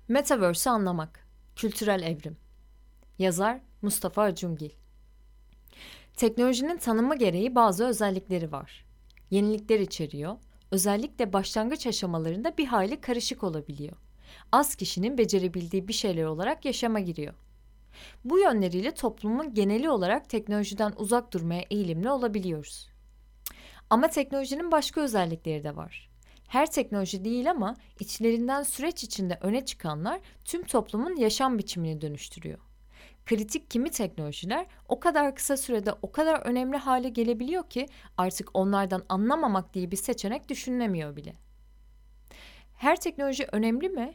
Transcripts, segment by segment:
Metaverse'ü anlamak. Kültürel evrim. Yazar Mustafa Acungil. Teknolojinin tanımı gereği bazı özellikleri var. Yenilikler içeriyor. Özellikle başlangıç aşamalarında bir hayli karışık olabiliyor. Az kişinin becerebildiği bir şeyler olarak yaşama giriyor. Bu yönleriyle toplumun geneli olarak teknolojiden uzak durmaya eğilimli olabiliyoruz. Ama teknolojinin başka özellikleri de var. Her teknoloji değil ama içlerinden süreç içinde öne çıkanlar tüm toplumun yaşam biçimini dönüştürüyor. Kritik kimi teknolojiler o kadar kısa sürede o kadar önemli hale gelebiliyor ki artık onlardan anlamamak diye bir seçenek düşünülemiyor bile. Her teknoloji önemli mi?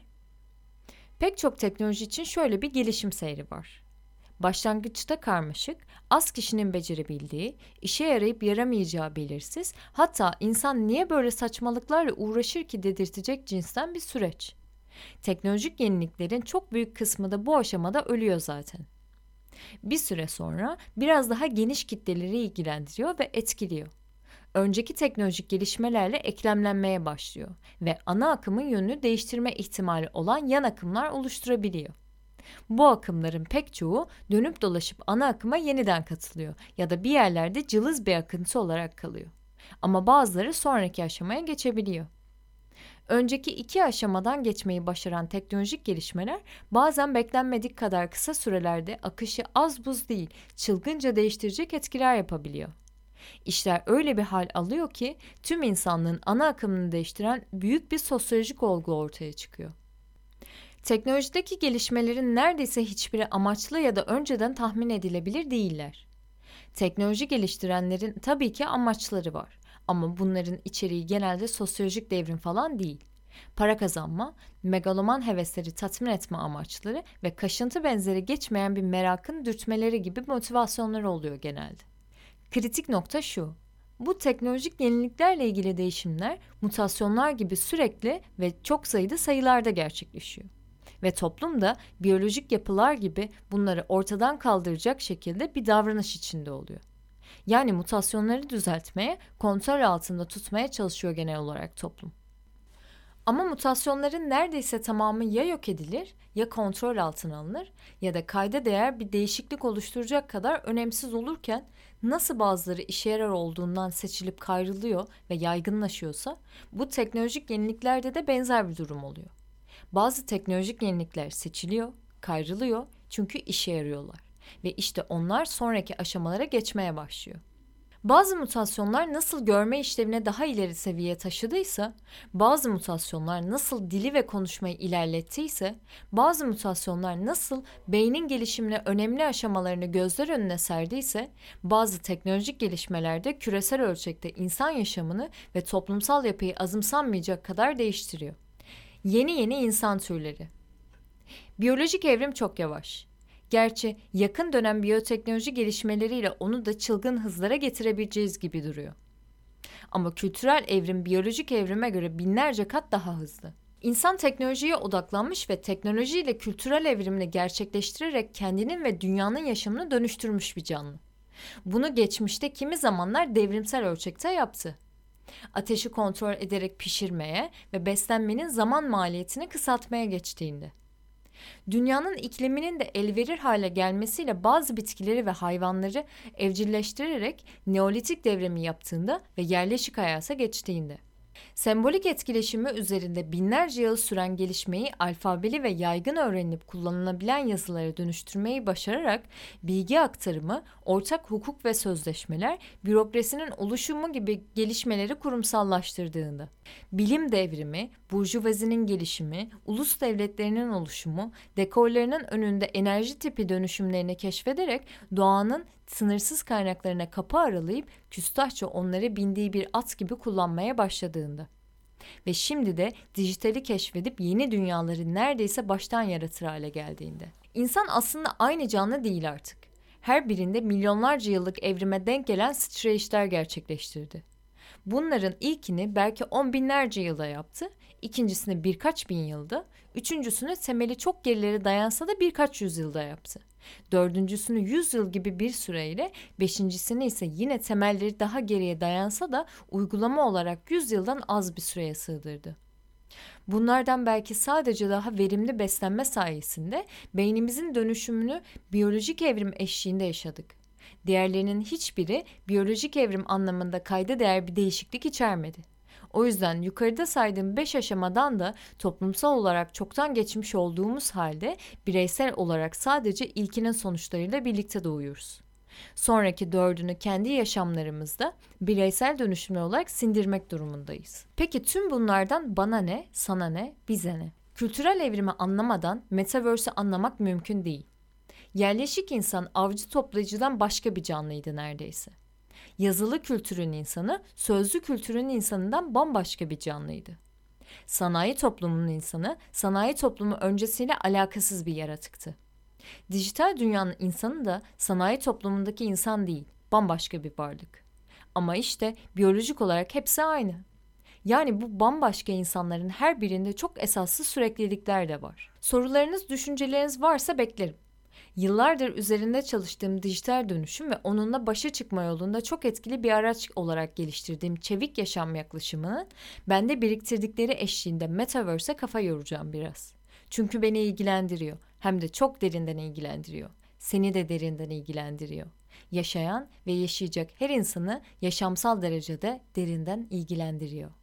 Pek çok teknoloji için şöyle bir gelişim seyri var. Başlangıçta karmaşık, az kişinin becerebildiği, işe yarayıp yaramayacağı belirsiz, hatta insan niye böyle saçmalıklarla uğraşır ki dedirtecek cinsten bir süreç. Teknolojik yeniliklerin çok büyük kısmı da bu aşamada ölüyor zaten. Bir süre sonra biraz daha geniş kitleleri ilgilendiriyor ve etkiliyor. Önceki teknolojik gelişmelerle eklemlenmeye başlıyor ve ana akımın yönünü değiştirme ihtimali olan yan akımlar oluşturabiliyor. Bu akımların pek çoğu dönüp dolaşıp ana akıma yeniden katılıyor ya da bir yerlerde cılız bir akıntı olarak kalıyor. Ama bazıları sonraki aşamaya geçebiliyor. Önceki iki aşamadan geçmeyi başaran teknolojik gelişmeler bazen beklenmedik kadar kısa sürelerde akışı az buz değil, çılgınca değiştirecek etkiler yapabiliyor. İşler öyle bir hal alıyor ki tüm insanlığın ana akımını değiştiren büyük bir sosyolojik olgu ortaya çıkıyor. Teknolojideki gelişmelerin neredeyse hiçbiri amaçlı ya da önceden tahmin edilebilir değiller. Teknoloji geliştirenlerin tabii ki amaçları var ama bunların içeriği genelde sosyolojik devrim falan değil. Para kazanma, megaloman hevesleri tatmin etme amaçları ve kaşıntı benzeri geçmeyen bir merakın dürtmeleri gibi motivasyonları oluyor genelde. Kritik nokta şu: bu teknolojik yeniliklerle ilgili değişimler mutasyonlar gibi sürekli ve çok sayıda sayılarda gerçekleşiyor. Ve toplum da biyolojik yapılar gibi bunları ortadan kaldıracak şekilde bir davranış içinde oluyor. Yani mutasyonları düzeltmeye, kontrol altında tutmaya çalışıyor genel olarak toplum. Ama mutasyonların neredeyse tamamı ya yok edilir, ya kontrol altına alınır ya da kayda değer bir değişiklik oluşturacak kadar önemsiz olurken nasıl bazıları işe yarar olduğundan seçilip kayrılıyor ve yaygınlaşıyorsa bu teknolojik yeniliklerde de benzer bir durum oluyor. Bazı teknolojik yenilikler seçiliyor, kayrılıyor çünkü işe yarıyorlar ve işte onlar sonraki aşamalara geçmeye başlıyor. Bazı mutasyonlar nasıl görme işlevine daha ileri seviyeye taşıdıysa, bazı mutasyonlar nasıl dili ve konuşmayı ilerlettiyse, bazı mutasyonlar nasıl beynin gelişimine önemli aşamalarını gözler önüne serdiyse, bazı teknolojik gelişmelerde küresel ölçekte insan yaşamını ve toplumsal yapıyı azımsanmayacak kadar değiştiriyor. Yeni yeni insan türleri. Biyolojik evrim çok yavaş. Gerçi yakın dönem biyoteknoloji gelişmeleriyle onu da çılgın hızlara getirebileceğiz gibi duruyor. Ama kültürel evrim biyolojik evrime göre binlerce kat daha hızlı. İnsan teknolojiye odaklanmış ve teknolojiyle kültürel evrimini gerçekleştirerek kendinin ve dünyanın yaşamını dönüştürmüş bir canlı. Bunu geçmişte kimi zamanlar devrimsel ölçekte yaptı. Ateşi kontrol ederek pişirmeye ve beslenmenin zaman maliyetini kısaltmaya geçtiğinde. Dünyanın ikliminin de elverir hale gelmesiyle bazı bitkileri ve hayvanları evcilleştirerek Neolitik devrimi yaptığında ve yerleşik hayata geçtiğinde. Sembolik etkileşimi üzerinde binlerce yıl süren gelişmeyi alfabeli ve yaygın öğrenilip kullanılabilen yazılara dönüştürmeyi başararak bilgi aktarımı, ortak hukuk ve sözleşmeler, bürokrasinin oluşumu gibi gelişmeleri kurumsallaştırdığında. Bilim devrimi, burjuvazinin gelişimi, ulus devletlerinin oluşumu, dekorlarının önünde enerji tipi dönüşümlerini keşfederek doğanın sınırsız kaynaklarına kapı aralayıp küstahça onları bindiği bir at gibi kullanmaya başladığında. Ve şimdi de dijitali keşfedip yeni dünyaları neredeyse baştan yaratır hale geldiğinde. İnsan aslında aynı canlı değil artık. Her birinde milyonlarca yıllık evrime denk gelen sıçrayışlar gerçekleştirdi. Bunların ilkini belki 10 binlerce yılda yaptı, ikincisini birkaç bin yılda, üçüncüsünü temeli çok gerilere dayansa da birkaç yüzyılda yaptı. Dördüncüsünü 100 yıl gibi bir süreyle, beşincisini ise yine temelleri daha geriye dayansa da uygulama olarak 100 yıldan az bir süreye sığdırdı. Bunlardan belki sadece daha verimli beslenme sayesinde beynimizin dönüşümünü biyolojik evrim eşliğinde yaşadık. Diğerlerinin hiçbiri biyolojik evrim anlamında kayda değer bir değişiklik içermedi. O yüzden yukarıda saydığım 5 aşamadan da toplumsal olarak çoktan geçmiş olduğumuz halde bireysel olarak sadece ilkinin sonuçlarıyla birlikte doğuyoruz. Sonraki 4'ünü kendi yaşamlarımızda bireysel dönüşümler olarak sindirmek durumundayız. Peki tüm bunlardan bana ne, sana ne, bize ne? Kültürel evrimi anlamadan Metaverse'ü anlamak mümkün değil. Yerleşik insan avcı toplayıcıdan başka bir canlıydı neredeyse. Yazılı kültürün insanı sözlü kültürün insanından bambaşka bir canlıydı. Sanayi toplumunun insanı sanayi toplumu öncesiyle alakasız bir yaratıktı. Dijital dünyanın insanı da sanayi toplumundaki insan değil, bambaşka bir varlık. Ama işte biyolojik olarak hepsi aynı. Yani bu bambaşka insanların her birinde çok esaslı süreklilikler de var. Sorularınız, düşünceleriniz varsa beklerim. Yıllardır üzerinde çalıştığım dijital dönüşüm ve onunla başa çıkma yolunda çok etkili bir araç olarak geliştirdiğim çevik yaşam yaklaşımının bende biriktirdikleri eşliğinde Metaverse'e kafa yoracağım biraz. Çünkü beni ilgilendiriyor. Hem de çok derinden ilgilendiriyor. Seni de derinden ilgilendiriyor. Yaşayan ve yaşayacak her insanı yaşamsal derecede derinden ilgilendiriyor.